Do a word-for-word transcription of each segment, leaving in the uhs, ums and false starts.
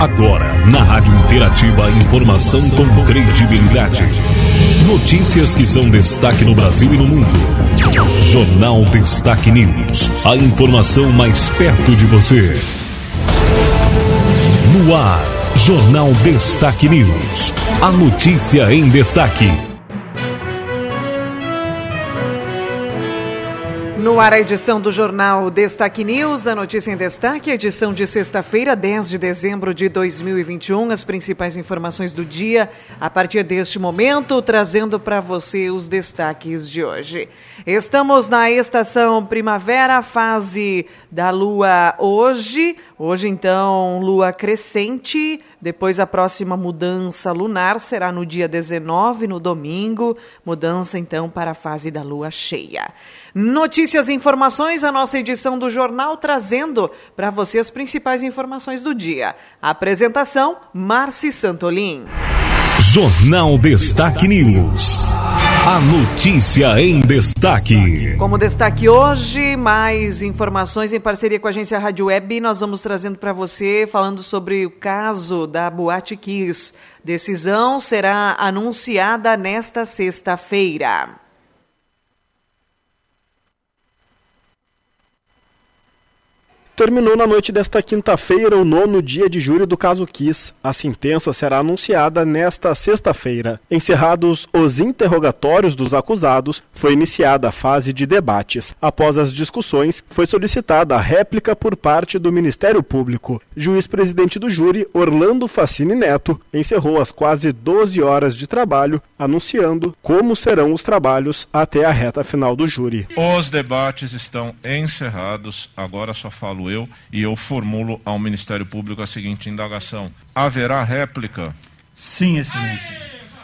Agora, na Rádio Interativa, informação com credibilidade. Notícias que são destaque no Brasil e no mundo. Jornal Destaque News. A informação mais perto de você. No ar, Jornal Destaque News. A notícia em destaque. No ar, a edição do Jornal Destaque News, a notícia em destaque, edição de sexta-feira, dez de dezembro de dois mil e vinte e um, as principais informações do dia, a partir deste momento, trazendo para você os destaques de hoje. Estamos na estação primavera, fase da lua hoje, hoje então lua crescente, depois a próxima mudança lunar será no dia dezenove, no domingo, mudança então para a fase da lua cheia. Notícias e informações, a nossa edição do jornal trazendo para você as principais informações do dia. Apresentação, Marci Santolin. Jornal Destaque News. A notícia em destaque. Como destaque hoje, mais informações em parceria com a agência Rádio Web. Nós vamos trazendo para você, falando sobre o caso da Boate Kiss. Decisão será anunciada nesta sexta-feira. Terminou na noite desta quinta-feira o nono dia de júri do caso Kiss. A sentença será anunciada nesta sexta-feira. Encerrados os interrogatórios dos acusados, foi iniciada a fase de debates. Após as discussões, foi solicitada a réplica por parte do Ministério Público. Juiz-presidente do júri, Orlando Facini Neto, encerrou as quase doze horas de trabalho, anunciando como serão os trabalhos até a reta final do júri. Os debates estão encerrados, agora só falo eu, e eu formulo ao Ministério Público a seguinte indagação. Haverá réplica? Sim, excelência.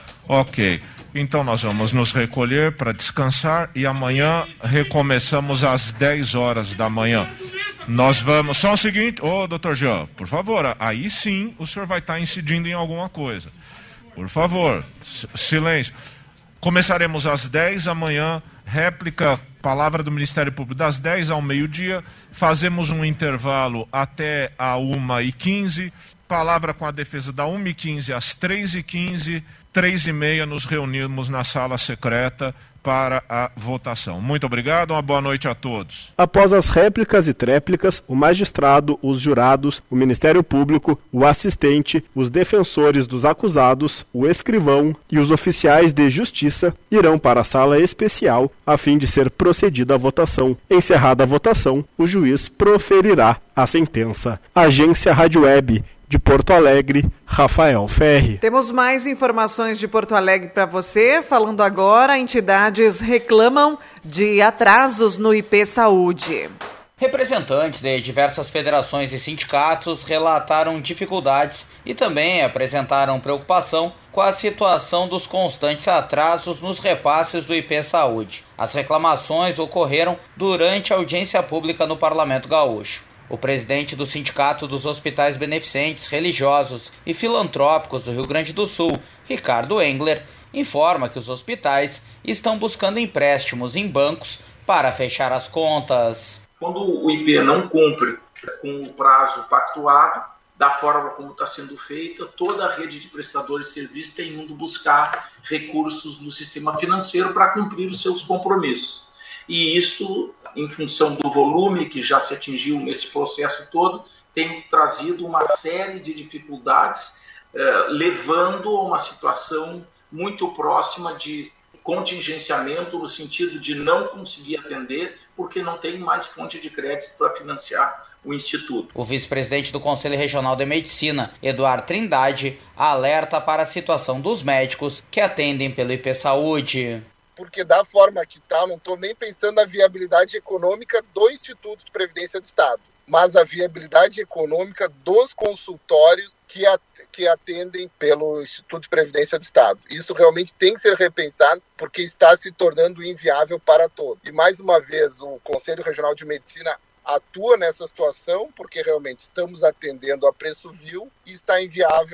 Ok. Então nós vamos nos recolher para descansar e amanhã recomeçamos às dez horas da manhã. Nós vamos... Só o seguinte... Ô, doutor Jean, por favor, aí sim o senhor vai estar incidindo em alguma coisa. Por favor, silêncio. Começaremos às dez amanhã, réplica, palavra do Ministério Público das dez ao meio-dia, fazemos um intervalo até a uma e quinze, palavra com a defesa da uma e quinze às três e quinze, três e meia nos reunimos na sala secreta para a votação. Muito obrigado, uma boa noite a todos. Após as réplicas e tréplicas, o magistrado, os jurados, o Ministério Público, o assistente, os defensores dos acusados, o escrivão e os oficiais de justiça irão para a sala especial a fim de ser procedida a votação. Encerrada a votação, o juiz proferirá a sentença. Agência Rádio Web. De Porto Alegre, Rafael Ferri. Temos mais informações de Porto Alegre para você. Falando agora, entidades reclamam de atrasos no I P Saúde. Representantes de diversas federações e sindicatos relataram dificuldades e também apresentaram preocupação com a situação dos constantes atrasos nos repasses do I P Saúde. As reclamações ocorreram durante a audiência pública no Parlamento Gaúcho. O presidente do Sindicato dos Hospitais Beneficentes, Religiosos e Filantrópicos do Rio Grande do Sul, Ricardo Engler, informa que os hospitais estão buscando empréstimos em bancos para fechar as contas. Quando o I P não cumpre com o prazo pactuado, da forma como está sendo feita, toda a rede de prestadores de serviços tem indo buscar recursos no sistema financeiro para cumprir os seus compromissos. E isto, em função do volume que já se atingiu nesse processo todo, tem trazido uma série de dificuldades, eh, levando a uma situação muito próxima de contingenciamento, no sentido de não conseguir atender, porque não tem mais fonte de crédito para financiar o Instituto. O vice-presidente do Conselho Regional de Medicina, Eduardo Trindade, alerta para a situação dos médicos que atendem pelo I P Saúde. Porque da forma que está, não estou nem pensando na viabilidade econômica do Instituto de Previdência do Estado, mas a viabilidade econômica dos consultórios que, at- que atendem pelo Instituto de Previdência do Estado. Isso realmente tem que ser repensado, porque está se tornando inviável para todos. E mais uma vez, o Conselho Regional de Medicina atua nessa situação, porque realmente estamos atendendo a preço vil e está inviável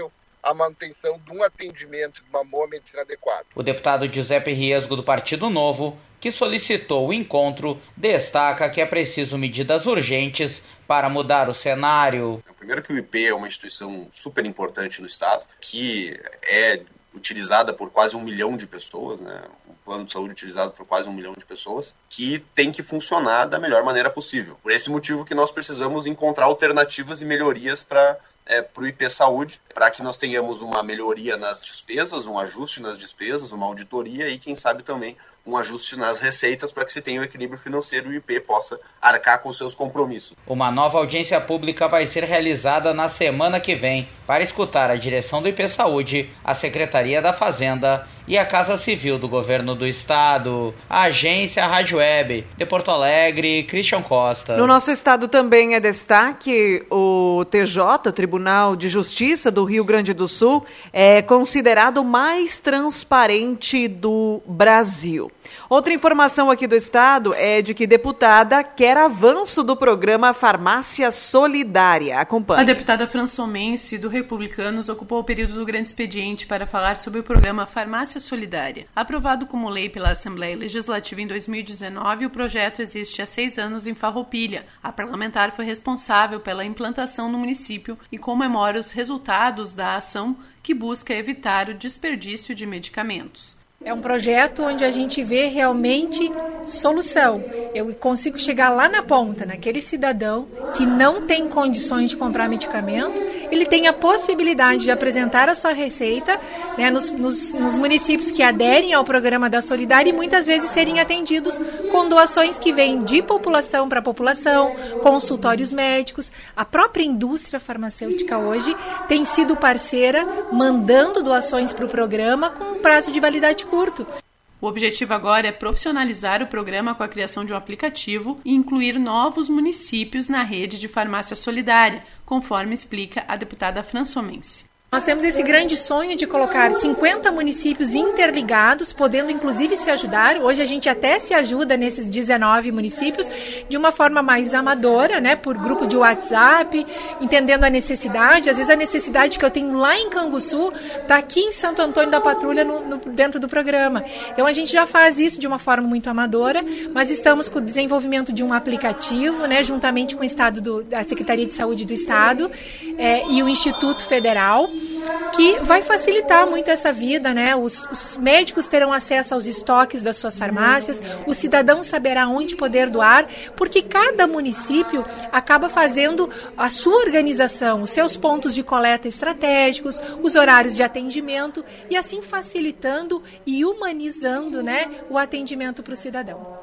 a manutenção de um atendimento, de uma boa medicina adequada. O deputado Giuseppe Riesgo, do Partido Novo, que solicitou o encontro, destaca que é preciso medidas urgentes para mudar o cenário. Primeiro que o I P é uma instituição super importante no Estado, que é utilizada por quase um milhão de pessoas, né? Um plano de saúde utilizado por quase um milhão de pessoas, que tem que funcionar da melhor maneira possível. Por esse motivo que nós precisamos encontrar alternativas e melhorias para é, para o I P Saúde, para que nós tenhamos uma melhoria nas despesas, um ajuste nas despesas, uma auditoria e, quem sabe, também um ajuste nas receitas para que se tenha um equilíbrio financeiro e o I P possa arcar com seus compromissos. Uma nova audiência pública vai ser realizada na semana que vem para escutar a direção do I P Saúde, a Secretaria da Fazenda e a Casa Civil do Governo do Estado. A agência Rádio Web de Porto Alegre, Christian Costa. No nosso estado também é destaque o T J, Tribunal de Justiça do Rio Grande do Sul, é considerado o mais transparente do Brasil. Outra informação aqui do estado é de que deputada quer avanço do programa Farmácia Solidária. Acompanhe. A deputada Françomense, do Republicanos, ocupou o período do grande expediente para falar sobre o programa Farmácia Solidária. Aprovado como lei pela Assembleia Legislativa em dois mil e dezenove, o projeto existe há seis anos em Farroupilha. A parlamentar foi responsável pela implantação no município e comemora os resultados da ação que busca evitar o desperdício de medicamentos. É um projeto onde a gente vê realmente solução. Eu consigo chegar lá na ponta, naquele cidadão que não tem condições de comprar medicamento, ele tem a possibilidade de apresentar a sua receita, né, nos, nos, nos municípios que aderem ao programa da Solidária e muitas vezes serem atendidos com doações que vêm de população para população, consultórios médicos. A própria indústria farmacêutica hoje tem sido parceira, mandando doações para o programa com um prazo de validade curto. O objetivo agora é profissionalizar o programa com a criação de um aplicativo e incluir novos municípios na rede de farmácia solidária, conforme explica a deputada Françomense. Nós temos esse grande sonho de colocar cinquenta municípios interligados, podendo inclusive se ajudar. Hoje a gente até se ajuda nesses dezenove municípios de uma forma mais amadora, né, por grupo de WhatsApp, entendendo a necessidade. Às vezes a necessidade que eu tenho lá em Canguçu está aqui em Santo Antônio da Patrulha no, no, dentro do programa. Então a gente já faz isso de uma forma muito amadora, mas estamos com o desenvolvimento de um aplicativo, né, juntamente com o Estado do, a Secretaria de Saúde do Estado é, e o Instituto Federal, que vai facilitar muito essa vida, né? Os, os médicos terão acesso aos estoques das suas farmácias, o cidadão saberá onde poder doar, porque cada município acaba fazendo a sua organização, os seus pontos de coleta estratégicos, os horários de atendimento e assim facilitando e humanizando, né, o atendimento para o cidadão.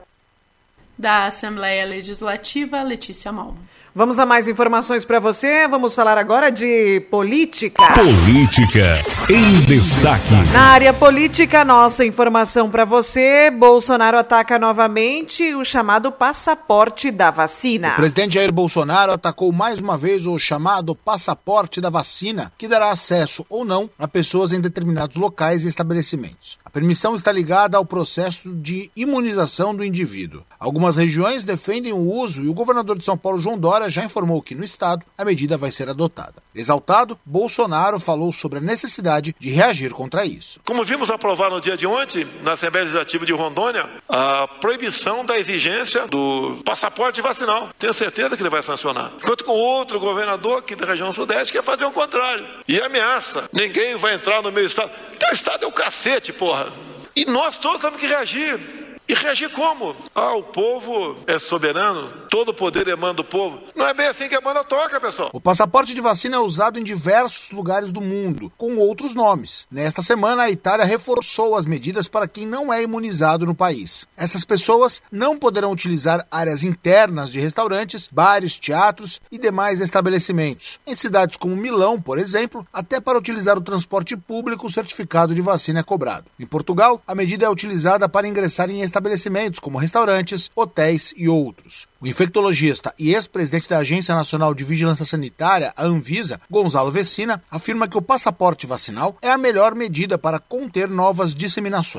Da Assembleia Legislativa, Letícia Malmo. Vamos a mais informações para você. Vamos falar agora de política. Política em destaque. Na área política, nossa informação para você. Bolsonaro ataca novamente o chamado passaporte da vacina. O presidente Jair Bolsonaro atacou mais uma vez o chamado passaporte da vacina, que dará acesso ou não a pessoas em determinados locais e estabelecimentos. A permissão está ligada ao processo de imunização do indivíduo. Algumas regiões defendem o uso e o governador de São Paulo, João Dória, já informou que no estado a medida vai ser adotada. Exaltado, Bolsonaro falou sobre a necessidade de reagir contra isso. Como vimos aprovar no dia de ontem, na Assembleia Legislativa de Rondônia, a proibição da exigência do passaporte vacinal. Tenho certeza que ele vai sancionar. Enquanto com outro governador aqui da região sudeste quer fazer o contrário. E ameaça. Ninguém vai entrar no meu estado. Teu estado é o cacete, porra. E nós todos temos que reagir. E reagir como? Ah, o povo é soberano, todo o poder emana do povo. Não é bem assim que a banda toca, pessoal. O passaporte de vacina é usado em diversos lugares do mundo, com outros nomes. Nesta semana, a Itália reforçou as medidas para quem não é imunizado no país. Essas pessoas não poderão utilizar áreas internas de restaurantes, bares, teatros e demais estabelecimentos. Em cidades como Milão, por exemplo, até para utilizar o transporte público, o certificado de vacina é cobrado. Em Portugal, a medida é utilizada para ingressar em estabelecimentos estabelecimentos como restaurantes, hotéis e outros. O infectologista e ex-presidente da Agência Nacional de Vigilância Sanitária, a Anvisa, Gonzalo Vecina, afirma que o passaporte vacinal é a melhor medida para conter novas disseminações.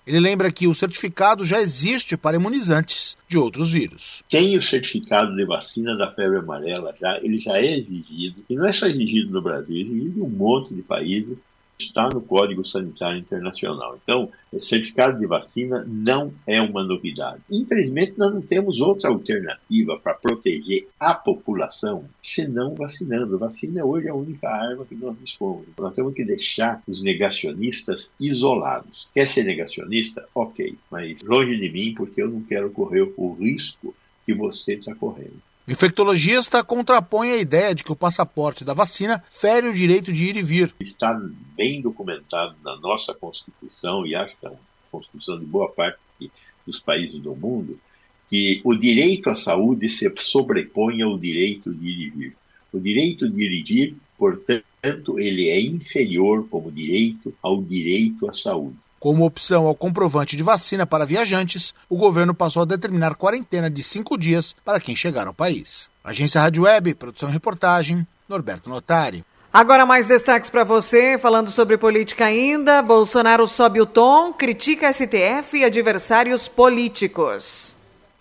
Ele lembra que o certificado já existe para imunizantes de outros vírus. Tem o certificado de vacina da febre amarela, já, ele já é exigido, e não é só exigido no Brasil, é exigido em um monte de países, está no Código Sanitário Internacional. Então, o certificado de vacina não é uma novidade. Infelizmente, nós não temos outra alternativa para proteger a população senão vacinando. A vacina hoje é a única arma que nós dispomos. Nós temos que deixar os negacionistas isolados. Quer ser negacionista? Ok, mas longe de mim, porque eu não quero correr o risco que você está correndo. O infectologista contrapõe a ideia de que o passaporte da vacina fere o direito de ir e vir. Está bem documentado na nossa Constituição, e acho que é uma Constituição de boa parte dos países do mundo, que o direito à saúde se sobrepõe ao direito de ir e vir. O direito de ir e vir, portanto, ele é inferior como direito ao direito à saúde. Como opção ao comprovante de vacina para viajantes, o governo passou a determinar quarentena de cinco dias para quem chegar ao país. Agência Rádio Web, produção e reportagem, Norberto Notari. Agora mais destaques para você, falando sobre política ainda. Bolsonaro sobe o tom, critica S T F e adversários políticos.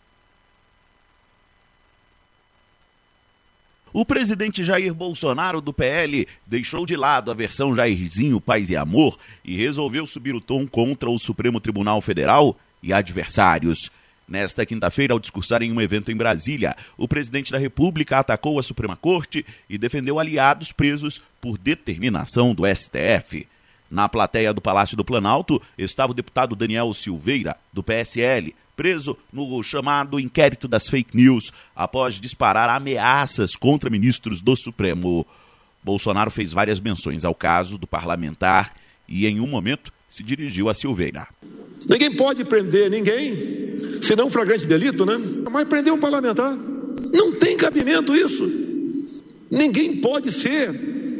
O presidente Jair Bolsonaro, do P L, deixou de lado a versão Jairzinho Paz e Amor e resolveu subir o tom contra o Supremo Tribunal Federal e adversários. Nesta quinta-feira, ao discursar em um evento em Brasília, o presidente da República atacou a Suprema Corte e defendeu aliados presos por determinação do S T F. Na plateia do Palácio do Planalto estava o deputado Daniel Silveira, do P S L, preso no chamado inquérito das fake news, após disparar ameaças contra ministros do Supremo. Bolsonaro fez várias menções ao caso do parlamentar e, em um momento, se dirigiu a Silveira. Ninguém pode prender ninguém, senão flagrante delito, né? Mas prender um parlamentar, não tem cabimento isso. Ninguém pode ser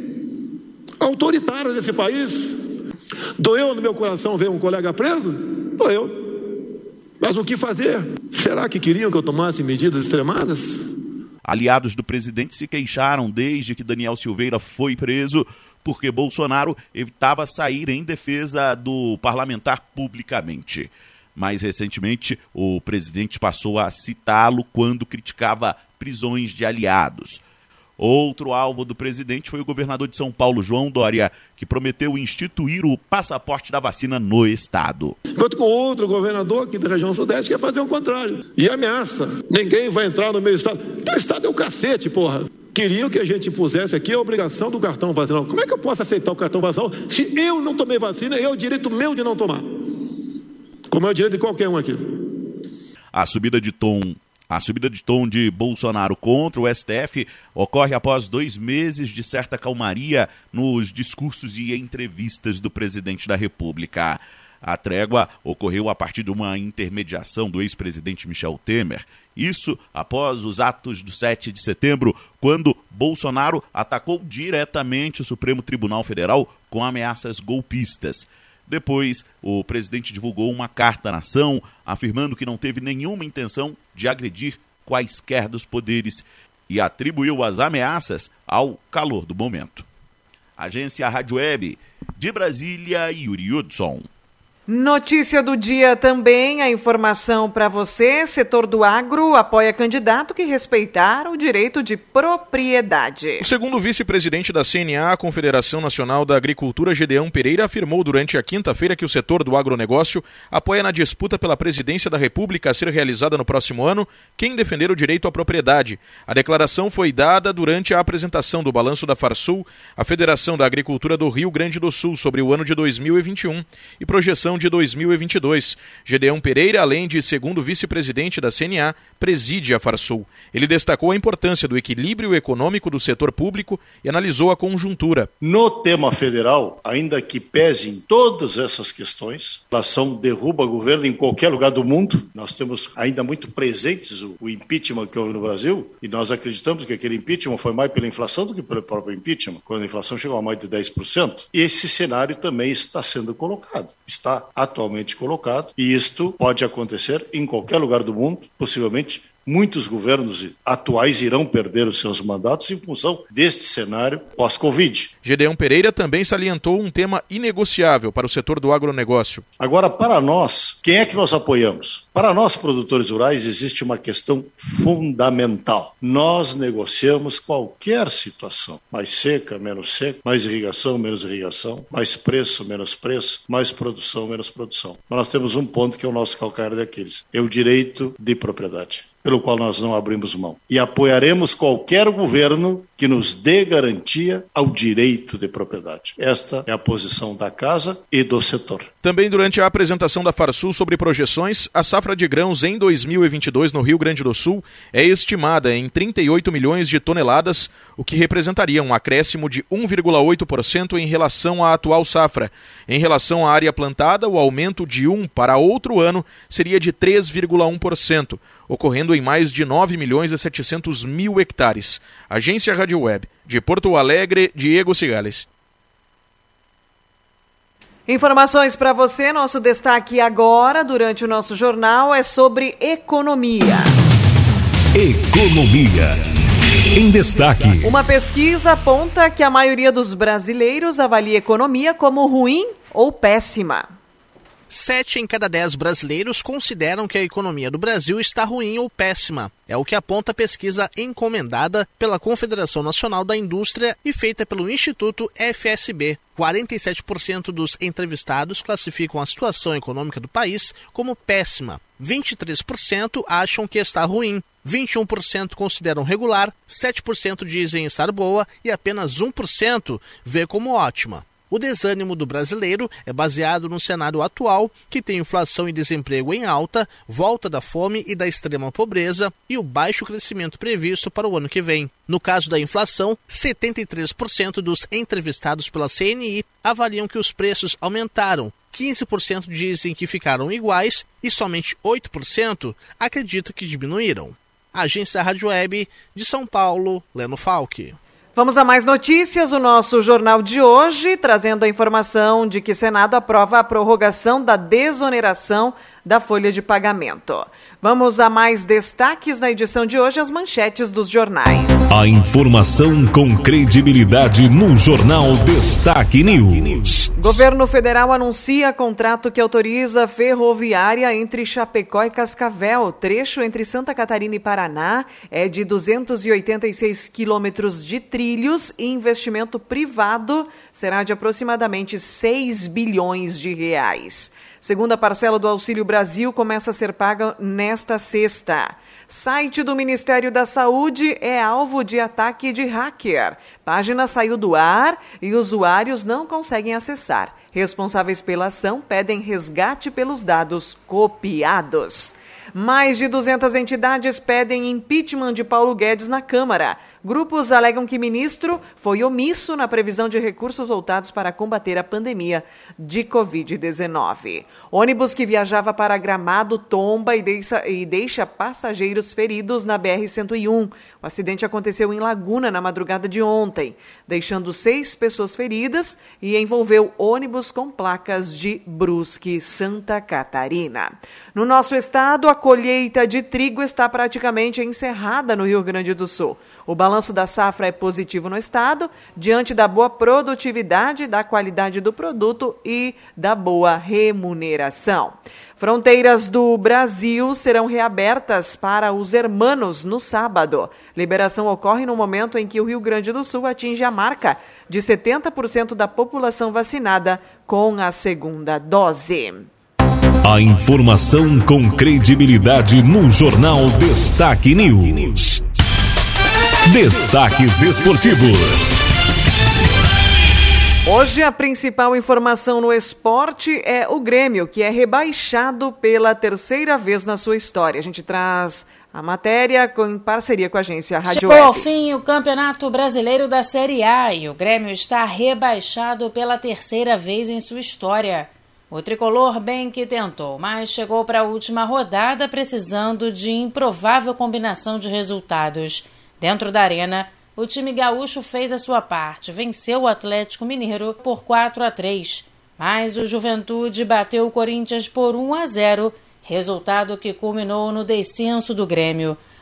autoritário nesse país. Doeu no meu coração ver um colega preso? Doeu. Mas o que fazer? Será que queriam que eu tomasse medidas extremadas? Aliados do presidente se queixaram desde que Daniel Silveira foi preso, porque Bolsonaro evitava sair em defesa do parlamentar publicamente. Mais recentemente, o presidente passou a citá-lo quando criticava prisões de aliados. Outro alvo do presidente foi o governador de São Paulo, João Dória, que prometeu instituir o passaporte da vacina no estado. Enquanto com outro governador aqui da região sudeste quer fazer o contrário. E ameaça. Ninguém vai entrar no meu estado. Meu estado é o cacete, porra. Queriam que a gente pusesse aqui a obrigação do cartão vacinal. Como é que eu posso aceitar o cartão vacinal se eu não tomei vacina e é o direito meu de não tomar? Como é o direito de qualquer um aqui. A subida de tom A subida de tom de Bolsonaro contra o S T F ocorre após dois meses de certa calmaria nos discursos e entrevistas do presidente da República. A trégua ocorreu a partir de uma intermediação do ex-presidente Michel Temer. Isso após os atos do sete de setembro, quando Bolsonaro atacou diretamente o Supremo Tribunal Federal com ameaças golpistas. Depois, o presidente divulgou uma carta à nação, afirmando que não teve nenhuma intenção de agredir quaisquer dos poderes e atribuiu as ameaças ao calor do momento. Agência Rádio Web, de Brasília, Yuri Hudson. Notícia do dia também, a informação para você, setor do agro apoia candidato que respeitar o direito de propriedade. O segundo vice-presidente da C N A, Confederação Nacional da Agricultura, Gedeão Pereira, afirmou durante a quinta-feira que o setor do agronegócio apoia na disputa pela presidência da República a ser realizada no próximo ano quem defender o direito à propriedade. A declaração foi dada durante a apresentação do balanço da Farsul, a Federação da Agricultura do Rio Grande do Sul, sobre o ano de dois mil e vinte e um e projeção de dois mil e vinte e dois. Gedeão Pereira, além de segundo vice-presidente da C N A, preside a Farsul. Ele destacou a importância do equilíbrio econômico do setor público e analisou a conjuntura. No tema federal, ainda que pese em todas essas questões, a inflação derruba governo em qualquer lugar do mundo. Nós temos ainda muito presentes o, o impeachment que houve no Brasil e nós acreditamos que aquele impeachment foi mais pela inflação do que pelo próprio impeachment, quando a inflação chegou a mais de dez por cento. Esse cenário também está sendo colocado. Está atualmente colocado, e isto pode acontecer em qualquer lugar do mundo, possivelmente Muitos governos atuais irão perder os seus mandatos em função deste cenário pós-Covid. Gedeão Pereira também salientou um tema inegociável para o setor do agronegócio. Agora, para nós, quem é que nós apoiamos? Para nós, produtores rurais, existe uma questão fundamental. Nós negociamos qualquer situação. Mais seca, menos seca, mais irrigação, menos irrigação, mais preço, menos preço, mais produção, menos produção. Mas nós temos um ponto que é o nosso calcanhar daqueles. É o direito de propriedade, pelo qual nós não abrimos mão. E apoiaremos qualquer governo que nos dê garantia ao direito de propriedade. Esta é a posição da Casa e do setor. Também durante a apresentação da Farsul sobre projeções, a safra de grãos em dois mil e vinte e dois no Rio Grande do Sul é estimada em trinta e oito milhões de toneladas, o que representaria um acréscimo de um vírgula oito por cento em relação à atual safra. Em relação à área plantada, o aumento de um para outro ano seria de três vírgula um por cento, ocorrendo em mais de nove milhões e setecentos mil hectares. Agência Rádio Web, de Porto Alegre, Diego Cigales. Informações para você, nosso destaque agora, durante o nosso jornal, é sobre economia. Economia. Em destaque. Uma pesquisa aponta que a maioria dos brasileiros avalia a economia como ruim ou péssima. Sete em cada dez brasileiros consideram que a economia do Brasil está ruim ou péssima. É o que aponta a pesquisa encomendada pela Confederação Nacional da Indústria e feita pelo Instituto F S B. quarenta e sete por cento dos entrevistados classificam a situação econômica do país como péssima. vinte e três por cento acham que está ruim. vinte e um por cento consideram regular, sete por cento dizem estar boa e apenas um por cento vê como ótima. O desânimo do brasileiro é baseado no cenário atual, que tem inflação e desemprego em alta, volta da fome e da extrema pobreza e o baixo crescimento previsto para o ano que vem. No caso da inflação, setenta e três por cento dos entrevistados pela C N I avaliam que os preços aumentaram, quinze por cento dizem que ficaram iguais e somente oito por cento acreditam que diminuíram. Agência Rádio Web de São Paulo, Leno Falck. Vamos a mais notícias, o nosso jornal de hoje, trazendo a informação de que o Senado aprova a prorrogação da desoneração da folha de pagamento. Vamos a mais destaques na edição de hoje, as manchetes dos jornais. A informação com credibilidade no Jornal Destaque News. Governo federal anuncia contrato que autoriza ferroviária entre Chapecó e Cascavel. Trecho entre Santa Catarina e Paraná é de duzentos e oitenta e seis quilômetros de trilhos e investimento privado será de aproximadamente seis bilhões de reais. Segunda parcela do Auxílio Brasil começa a ser paga nesta sexta. Site do Ministério da Saúde é alvo de ataque de hacker. Página saiu do ar e usuários não conseguem acessar. Responsáveis pela ação pedem resgate pelos dados copiados. Mais de duzentas entidades pedem impeachment de Paulo Guedes na Câmara. Grupos alegam que ministro foi omisso na previsão de recursos voltados para combater a pandemia de covid dezenove. Ônibus que viajava para Gramado tomba e deixa, e deixa passageiros feridos na B R cento e um. O acidente aconteceu em Laguna na madrugada de ontem, deixando seis pessoas feridas e envolveu ônibus com placas de Brusque, Santa Catarina. No nosso estado, a colheita de trigo está praticamente encerrada no Rio Grande do Sul. O balanço da safra é positivo no estado, diante da boa produtividade, da qualidade do produto e da boa remuneração. Fronteiras do Brasil serão reabertas para os hermanos no sábado. Liberação ocorre no momento em que o Rio Grande do Sul atinge a marca de setenta por cento da população vacinada com a segunda dose. A informação com credibilidade no Jornal Destaque News. Destaques esportivos. Hoje a principal informação no esporte é o Grêmio, que é rebaixado pela terceira vez na sua história. A gente traz a matéria com, em parceria com a agência Rádio Chegou Web. ao fim o Campeonato Brasileiro da Série A e o Grêmio está rebaixado pela terceira vez em sua história. O tricolor bem que tentou, mas chegou para a última rodada precisando de improvável combinação de resultados. Dentro da arena, o time gaúcho fez a sua parte, venceu o Atlético Mineiro por quatro a três. Mas o Juventude bateu o Corinthians por um a zero, resultado que culminou no descenso do Grêmio.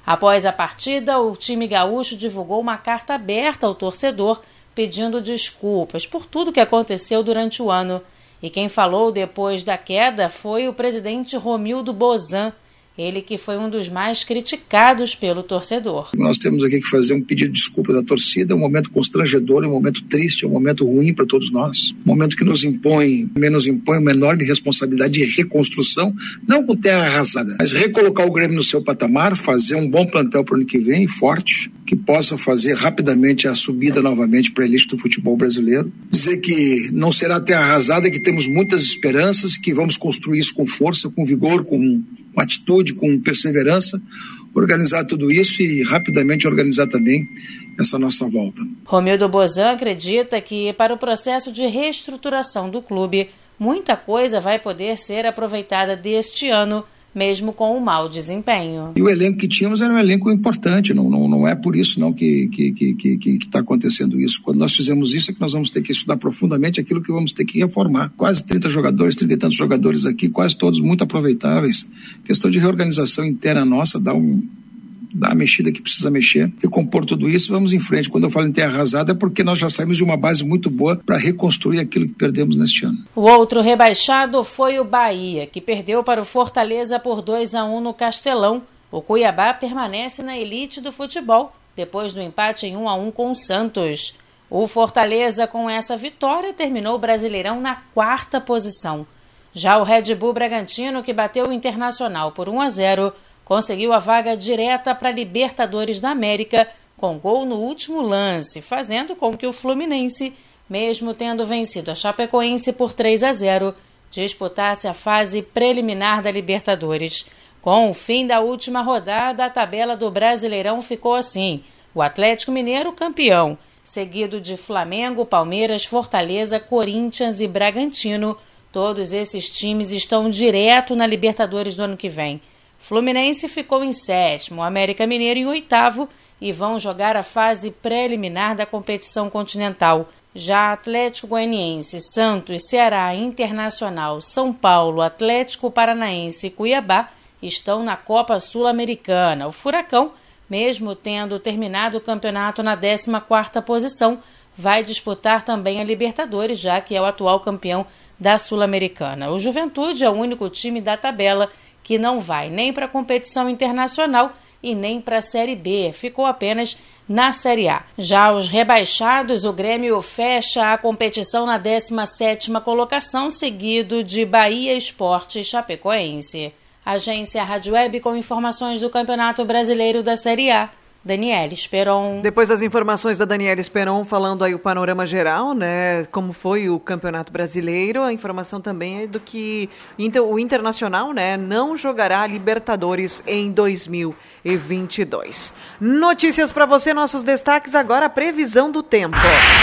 Após a partida, o time gaúcho divulgou uma carta aberta ao torcedor pedindo desculpas por tudo que aconteceu durante o ano. E quem falou depois da queda foi o presidente Romildo Bozan, ele que foi um dos mais criticados pelo torcedor. Nós temos aqui que fazer um pedido de desculpa da torcida, um momento constrangedor, um momento triste, um momento ruim para todos nós. Um momento que nos impõe, nos impõe uma enorme responsabilidade de reconstrução, não com terra arrasada, mas recolocar o Grêmio no seu patamar, fazer um bom plantel para o ano que vem, forte, que possa fazer rapidamente a subida novamente para a elite do futebol brasileiro. Dizer que não será terra arrasada, que temos muitas esperanças, que vamos construir isso com força, com vigor, com com atitude, com perseverança, organizar tudo isso e rapidamente organizar também essa nossa volta. Romildo Bozan acredita que para o processo de reestruturação do clube, muita coisa vai poder ser aproveitada deste ano, mesmo com o mau desempenho. E o elenco que tínhamos era um elenco importante, não, não, não é por isso não que está que, que, que, que, que tá acontecendo isso. Quando nós fizemos isso é que nós vamos ter que estudar profundamente aquilo que vamos ter que reformar. Quase trinta jogadores, trinta e tantos jogadores aqui, quase todos muito aproveitáveis. Questão de reorganização interna nossa, dá um... dar a mexida que precisa mexer, recompor tudo isso, vamos em frente. Quando eu falo em terra arrasada é porque nós já saímos de uma base muito boa para reconstruir aquilo que perdemos neste ano. O outro rebaixado foi o Bahia, que perdeu para o Fortaleza por dois a um no Castelão. O Cuiabá permanece na elite do futebol, depois do empate em um a um com o Santos. O Fortaleza, com essa vitória, terminou o Brasileirão na quarta posição. Já o Red Bull Bragantino, que bateu o Internacional por um a zero, conseguiu a vaga direta para a Libertadores da América com gol no último lance, fazendo com que o Fluminense, mesmo tendo vencido a Chapecoense por três a zero, disputasse a fase preliminar da Libertadores. Com o fim da última rodada, a tabela do Brasileirão ficou assim: o Atlético Mineiro campeão, seguido de Flamengo, Palmeiras, Fortaleza, Corinthians e Bragantino. Todos esses times estão direto na Libertadores do ano que vem. Fluminense ficou em sétimo, América Mineiro em oitavo e vão jogar a fase preliminar da competição continental. Já Atlético Goianiense, Santos, Ceará, Internacional, São Paulo, Atlético Paranaense e Cuiabá estão na Copa Sul-Americana. O Furacão, mesmo tendo terminado o campeonato na décima quarta posição, vai disputar também a Libertadores, já que é o atual campeão da Sul-Americana. O Juventude é o único time da tabela que não vai nem para a competição internacional e nem para a Série B, ficou apenas na Série A. Já os rebaixados, o Grêmio fecha a competição na décima sétima colocação, seguido de Bahia, Sport e Chapecoense. Agência Rádio Web com informações do Campeonato Brasileiro da Série A. Daniela Esperon. Depois das informações da Daniela Esperon, falando aí o panorama geral, né, como foi o Campeonato Brasileiro, a informação também é do que o Internacional, né, não jogará Libertadores em dois mil e vinte e dois. Notícias para você, nossos destaques agora, a previsão do tempo.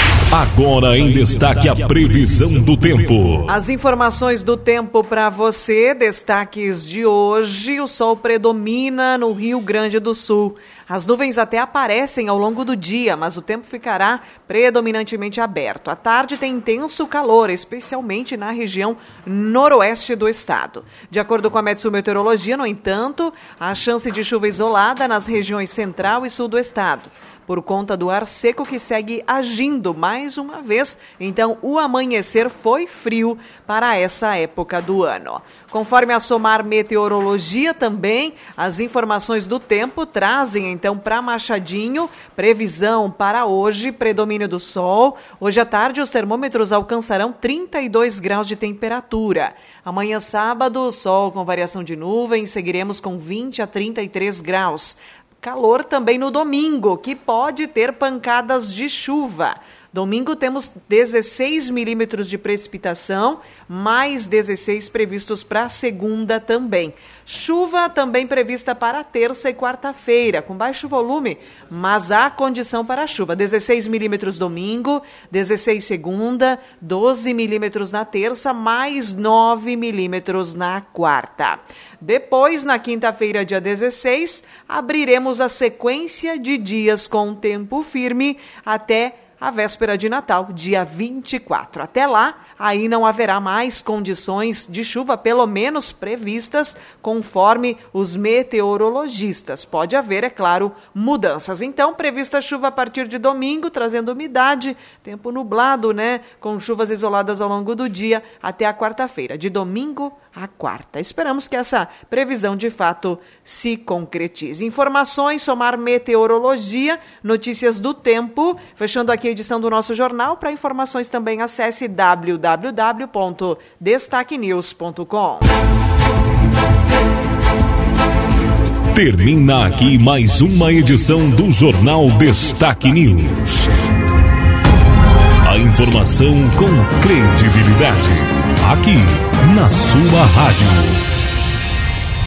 Agora em destaque a previsão do tempo. As informações do tempo para você, destaques de hoje, o sol predomina no Rio Grande do Sul. As nuvens até aparecem ao longo do dia, mas o tempo ficará predominantemente aberto. À tarde tem intenso calor, especialmente na região noroeste do estado. De acordo com a Metsu-Meteorologia, no entanto, há chance de chuva isolada nas regiões central e sul do estado, por conta do ar seco que segue agindo mais uma vez. Então, o amanhecer foi frio para essa época do ano. Conforme a Somar Meteorologia também, as informações do tempo trazem então para Machadinho, previsão para hoje, predomínio do sol. Hoje à tarde os termômetros alcançarão trinta e dois graus de temperatura. Amanhã sábado, sol com variação de nuvens, seguiremos com vinte a trinta e três graus. Calor também no domingo, que pode ter pancadas de chuva. Domingo temos dezesseis milímetros de precipitação, mais dezesseis previstos para a segunda também. Chuva também prevista para terça e quarta-feira, com baixo volume, mas há condição para a chuva. dezesseis milímetros domingo, dezesseis segunda, doze milímetros na terça, mais nove milímetros na quarta. Depois, na quinta-feira, dia dezesseis, abriremos a sequência de dias com tempo firme até a véspera de Natal, dia vinte e quatro. Até lá, aí não haverá mais condições de chuva, pelo menos previstas, conforme os meteorologistas. Pode haver, é claro, mudanças. Então, prevista chuva a partir de domingo, trazendo umidade, tempo nublado, né? Com chuvas isoladas ao longo do dia até a quarta-feira, de domingo a quarta. Esperamos que essa previsão de fato se concretize. Informações, Somar Meteorologia, notícias do tempo. Fechando aqui a edição do nosso jornal. Para informações também acesse w w w ponto destaque news ponto com. Termina aqui mais uma edição do Jornal Destaque News. A informação com credibilidade. Aqui, na sua rádio.